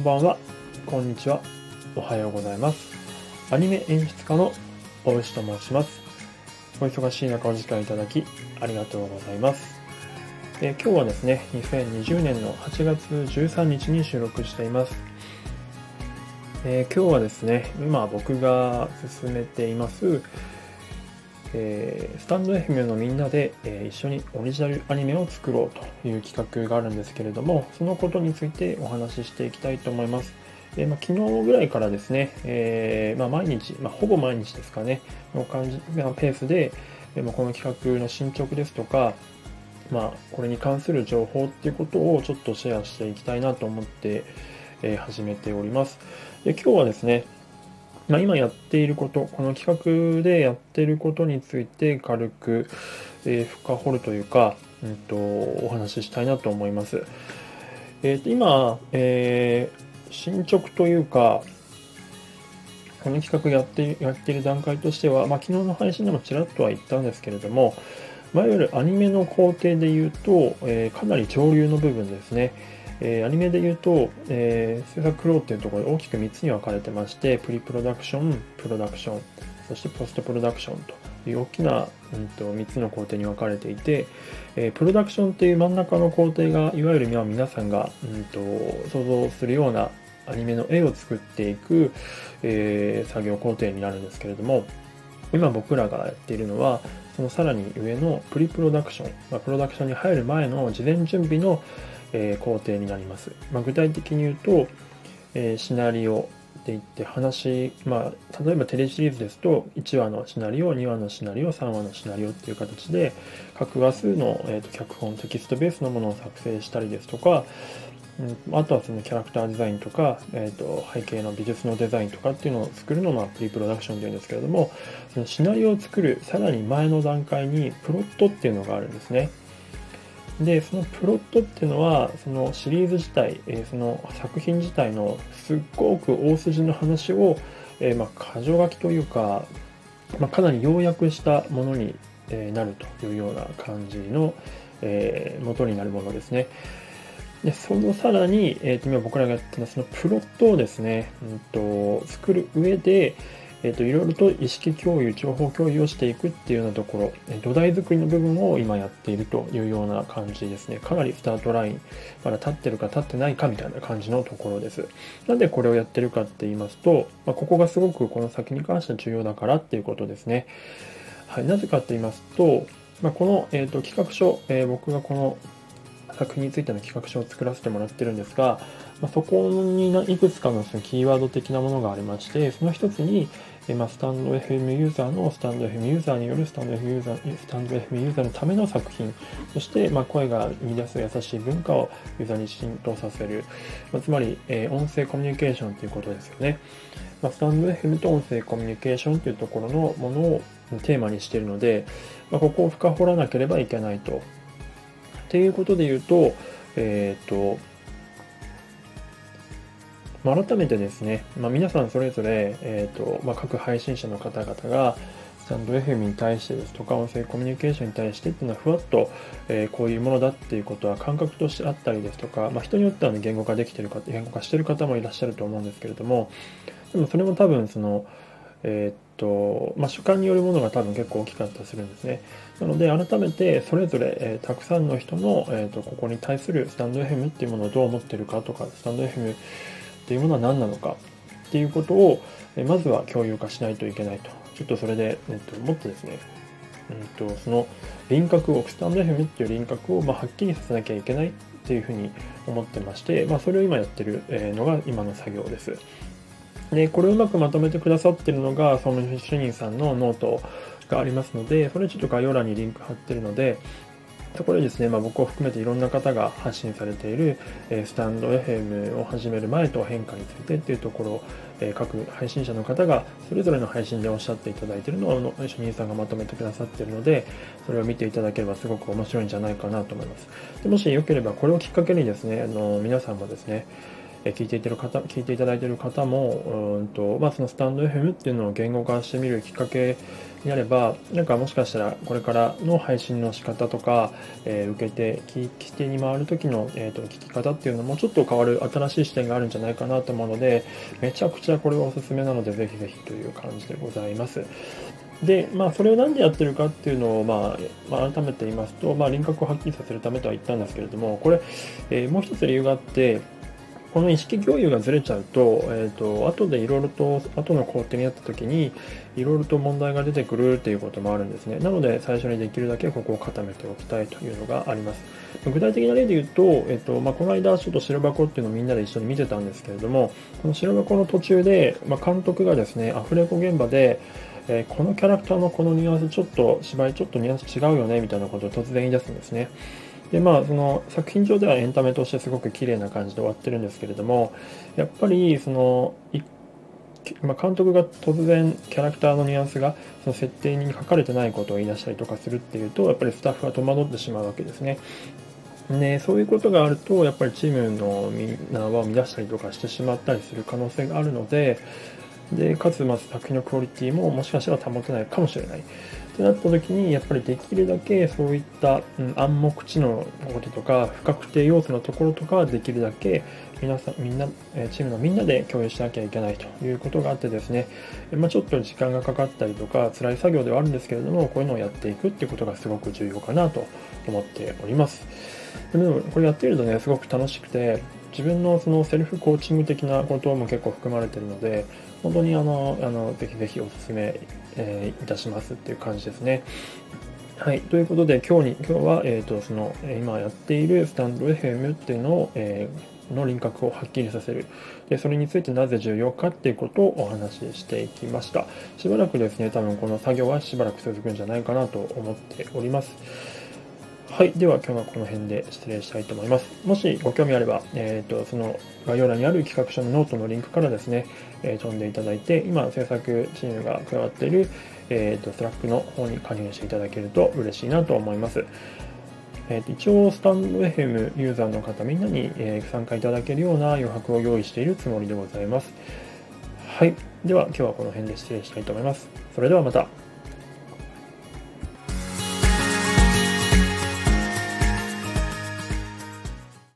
んばんは、こんにちは、おはようございます。アニメ演出家の大石と申します。お忙しい中お時間いただきありがとうございます。今日はですね、2020年の8月13日に収録しています。今日はですね、今僕が進めています、スタンド FM のみんなで、一緒にオリジナルアニメを作ろうという企画があるんですけれども、そのことについてお話ししていきたいと思います。昨日ぐらいからですね、毎日、ほぼ毎日ですかね、のペースで、この企画の進捗ですとか、これに関する情報っていうことをちょっとシェアしていきたいなと思って、始めております。で、今日はですね、今やっていること、この企画でやっていることについて軽く、深掘るというか、お話ししたいなと思います。今、進捗というか、この企画やっている段階としては、昨日の配信でもちらっとは言ったんですけれども、いわゆるアニメの工程で言うと、かなり上流の部分ですね。アニメで言うと、制作フローっていうところで大きく3つに分かれてまして、プリプロダクション、プロダクション、そしてポストプロダクションという大きな、3つの工程に分かれていて、プロダクションっていう真ん中の工程が、いわゆる皆さんが、想像するようなアニメの絵を作っていく、作業工程になるんですけれども、今僕らがやっているのは、そのさらに上のプリプロダクション、プロダクションに入る前の事前準備の工程になります。具体的に言うと、シナリオって言って例えばテレシリーズですと、1話のシナリオ、2話のシナリオ、3話のシナリオっていう形で、各話数の、脚本、テキストベースのものを作成したりですとか、あとはそのキャラクターデザインとか、背景の美術のデザインとかっていうのを作るのをプリプロダクションというんですけれども、そのシナリオを作るさらに前の段階にプロットっていうのがあるんですね。で、そのプロットっていうのは、そのシリーズ自体、その作品自体のすっごく大筋の話を、箇条書きというか、かなり要約したものになるというような感じの、元になるものですね。で、そのさらに、今僕らがやってるそのプロットをですね、作る上で、いろいろと意識共有、情報共有をしていくっていうようなところ、土台作りの部分を今やっているというような感じですね。かなりスタートライン、まだ立ってるか立ってないかみたいな感じのところです。なんでこれをやってるかって言いますと、ここがすごくこの先に関して重要だからっていうことですね。はい、なぜかって言いますと、この、企画書、僕がこの作品についての企画書を作らせてもらってるんですが、そこにいくつかのそのキーワード的なものがありまして、その一つに、スタンド FM ユーザーのスタンド FM ユーザーによるスタンド FM ユーザーのための作品、そして、声が生み出す優しい文化をユーザーに浸透させる、つまり、音声コミュニケーションということですよね。スタンド FM と音声コミュニケーションというところのものをテーマにしているので、ここを深掘らなければいけないと。っていうことで言うと、改めてですね、皆さんそれぞれ、各配信者の方々が、スタンド FM に対してですとか、音声コミュニケーションに対してっていうのは、ふわっと、こういうものだっていうことは感覚としてあったりですとか、人によっては、言語化してる方もいらっしゃると思うんですけれども、でもそれも多分、主観によるものが多分結構大きかったりするんですね。なので、改めてそれぞれ、たくさんの人の、ここに対するスタンド FM っていうものをどう思ってるかとか、スタンド FM っていうものは何なのかっていうことを、まずは共有化しないといけないと。ちょっとそれで、もっとですね、その輪郭を、スタンド FM っていう輪郭を、はっきりさせなきゃいけないっていうふうに思ってまして、それを今やってるのが今の作業です。で、これをうまくまとめてくださってるのが、その主任さんのノートがありますので、それちょっと概要欄にリンク貼ってるので、そこでですね、僕を含めていろんな方が発信されている、スタンド FM を始める前と変化についてっていうところを、各配信者の方がそれぞれの配信でおっしゃっていただいているのを主任さんがまとめてくださっているので、それを見ていただければすごく面白いんじゃないかなと思います。でもしよければこれをきっかけにですね、皆さんもですね、 聞いていただいている方も、そのスタンド FM っていうのを言語化してみるきっかけになれば、なんかもしかしたらこれからの配信の仕方とか、聞き手に回る時の、聞き方っていうのもちょっと変わる新しい視点があるんじゃないかなと思うので、めちゃくちゃこれはおすすめなので、ぜひぜひという感じでございます。で、それをなんでやってるかっていうのを、改めて言いますと、輪郭をはっきりさせるためとは言ったんですけれども、これ、もう一つ理由があって、この意識共有がずれちゃうと、後でいろいろと、後の工程になった時に、いろいろと問題が出てくるっていうこともあるんですね。なので、最初にできるだけここを固めておきたいというのがあります。具体的な例で言うと、この間、ちょっと白箱っていうのをみんなで一緒に見てたんですけれども、この白箱の途中で、監督がですね、アフレコ現場で、このキャラクターのこのニュアンス芝居ちょっとニュアンス違うよねみたいなことを突然言い出すんですね。で、その作品上ではエンタメとしてすごく綺麗な感じで終わってるんですけれども、やっぱり監督が突然キャラクターのニュアンスがその設定に書かれてないことを言い出したりとかするっていうと、やっぱりスタッフが戸惑ってしまうわけですね。ね、そういうことがあると、やっぱりチームのみんなは乱したりとかしてしまったりする可能性があるので、かつ作品のクオリティももしかしたら保てないかもしれない。ってなった時に、やっぱりできるだけそういった、暗黙知のこととか、不確定要素のところとかはできるだけみんな、チームのみんなで共有しなきゃいけないということがあってですね、ちょっと時間がかかったりとか、辛い作業ではあるんですけれども、こういうのをやっていくっていうことがすごく重要かなと思っております。でも、これやっているとね、すごく楽しくて、自分のそのセルフコーチング的なことも結構含まれているので、本当にぜひぜひお勧め、いたしますっていう感じですね。はい。ということで、今日は、今やっているスタンド FM っていうのを、の輪郭をはっきりさせる。で、それについてなぜ重要かっていうことをお話ししていきました。しばらくですね、多分この作業はしばらく続くんじゃないかなと思っております。はい。では、今日はこの辺で失礼したいと思います。もしご興味あれば、その概要欄にある企画書のノートのリンクからですね、飛んでいただいて、今、制作チームが加わっている、スラックの方に加入していただけると嬉しいなと思います。一応、スタンド FM ユーザーの方、みんなに、参加いただけるような余白を用意しているつもりでございます。はい。では、今日はこの辺で失礼したいと思います。それではまた。